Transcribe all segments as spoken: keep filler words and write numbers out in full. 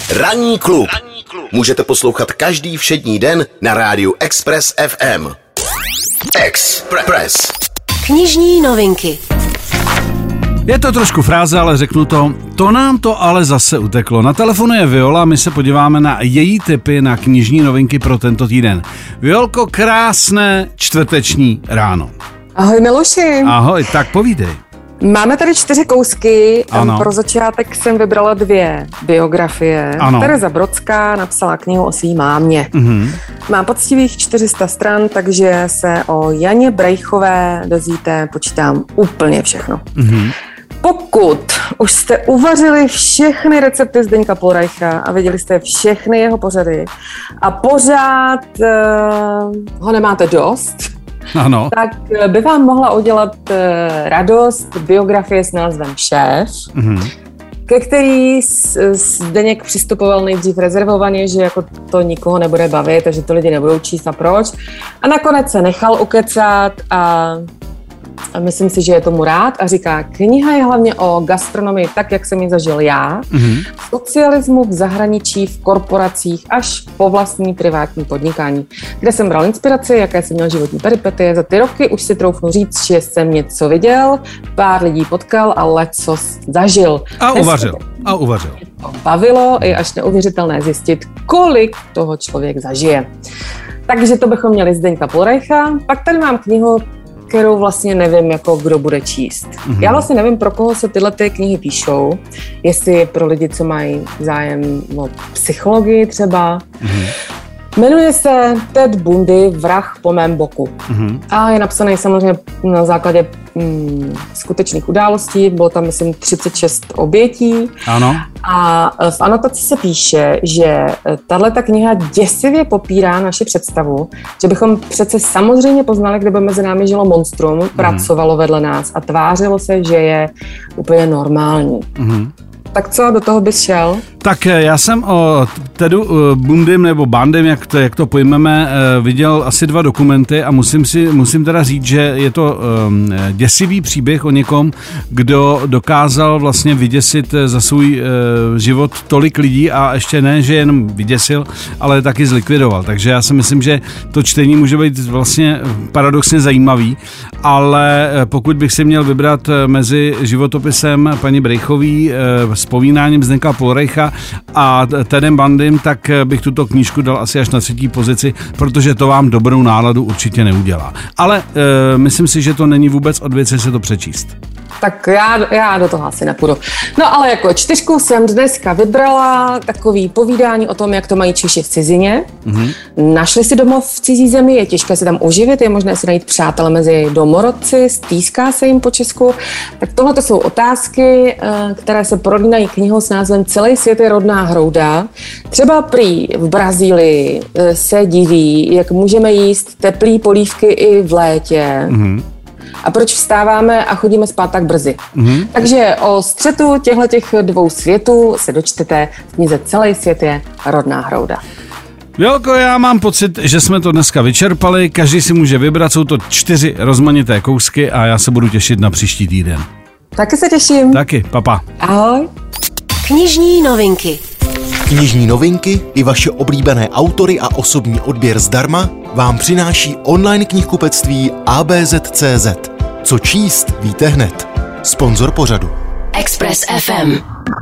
Ranní klub můžete poslouchat každý všední den na rádiu Express F M. Express. Knižní novinky. Je to trošku fráze, ale řeknu to. To nám to ale zase uteklo. Na telefonu je Viola, my se podíváme na její tipy na knižní novinky pro tento týden. Violko, krásné čtvrteční ráno. Ahoj Miloši. Ahoj, tak povídej. Máme tady čtyři kousky. Ano. Pro začátek jsem vybrala dvě biografie. Ano. Tereza Brodská napsala knihu o svý mámě. Mhm. Má poctivých čtyři sta stran, takže se o Janě Brejchové dozvíte, počítám, úplně všechno. Mhm. Pokud už jste uvařili všechny recepty Zdeňka Polreicha a viděli jste všechny jeho pořady a pořád uh, ho nemáte dost, Ano. tak by vám mohla udělat uh, radost biografie s názvem Šéf, Mhm. ke který Zdeněk přistupoval nejdřív rezervovaně, že jako to nikoho nebude bavit, takže to lidi nebudou číst a proč. A nakonec se nechal ukecat a A myslím si, že je tomu rád a říká, kniha je hlavně o gastronomii tak, jak jsem ji zažil já, Mhm. v socialismu, v zahraničí, v korporacích, až po vlastní privátní podnikání, kde jsem bral inspiraci, jaké jsem měl životní peripetie. Za ty roky už si troufnu říct, že jsem něco viděl, pár lidí potkal a lecos zažil. A uvařil. A uvařil. Bavilo, je až neuvěřitelné zjistit, kolik toho člověk zažije. Takže to bychom měli Zdeňka Polreicha. Pak tady mám knihu, kterou vlastně nevím, jako kdo bude číst. Mm-hmm. Já vlastně nevím, pro koho se tyhle ty knihy píšou, jestli pro lidi, co mají zájem o psychologii třeba. Mm-hmm. Jmenuje se Ted Bundy, Vrah po mém boku. Mm-hmm. A je napsaný samozřejmě na základě mm, skutečných událostí. Bylo tam, myslím, třicet šest obětí. Ano. A v anotaci se píše, že tahleta kniha děsivě popírá naši představu, že bychom přece samozřejmě poznali, kdyby mezi námi žilo monstrum, mm. pracovalo vedle nás a tvářilo se, že je úplně normální. Mm. Tak co, do toho bys šel? Tak já jsem o Tedu Bundym nebo Bandym, jak to, jak to pojmeme, viděl asi dva dokumenty a musím si musím teda říct, že je to um, děsivý příběh o někom, kdo dokázal vlastně vyděsit za svůj uh, život tolik lidí a ještě ne, že jenom vyděsil, ale taky zlikvidoval. Takže já si myslím, že to čtení může být vlastně paradoxně zajímavý, ale pokud bych si měl vybrat mezi životopisem paní Brejchový, vzpomínáním Zdeňka Polreicha a Tedem Bundym, tak bych tuto knížku dal asi až na třetí pozici, protože to vám dobrou náladu určitě neudělá. Ale e, myslím si, že to není vůbec od věci se to přečíst. Tak já, já do toho asi nepůjdu. No ale jako čtyřku jsem dneska vybrala takový povídání o tom, jak to mají Češi v cizině. Mm-hmm. Našli si domov v cizí zemi, je těžké se tam uživit, je možné si najít přátele mezi domorodci, stýská se jim po Česku. Tak tohle to jsou otázky, které se prolínají knihou s názvem Celý svět je rodná hrouda. Třeba prý v Brazílii se diví, jak můžeme jíst teplý polívky i v létě. Mm-hmm. A proč vstáváme a chodíme spát tak brzy. Mm-hmm. Takže o střetu těchto dvou světů se dočtete v knize Celý svět je rodná hrouda. Violko, já mám pocit, že jsme to dneska vyčerpali, každý si může vybrat, jsou to čtyři rozmanité kousky a já se budu těšit na příští týden. Taky se těším. Taky, papa. Ahoj. Knižní novinky. Knižní novinky i vaše oblíbené autory a osobní odběr zdarma vám přináší online knihkupectví A B Z tečka cé zet. Co číst, víte hned. Sponzor pořadu. Express F M.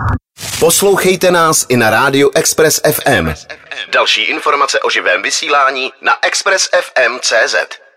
Poslouchejte nás i na rádiu Express F M. Další informace o živém vysílání na express f m tečka cé zet.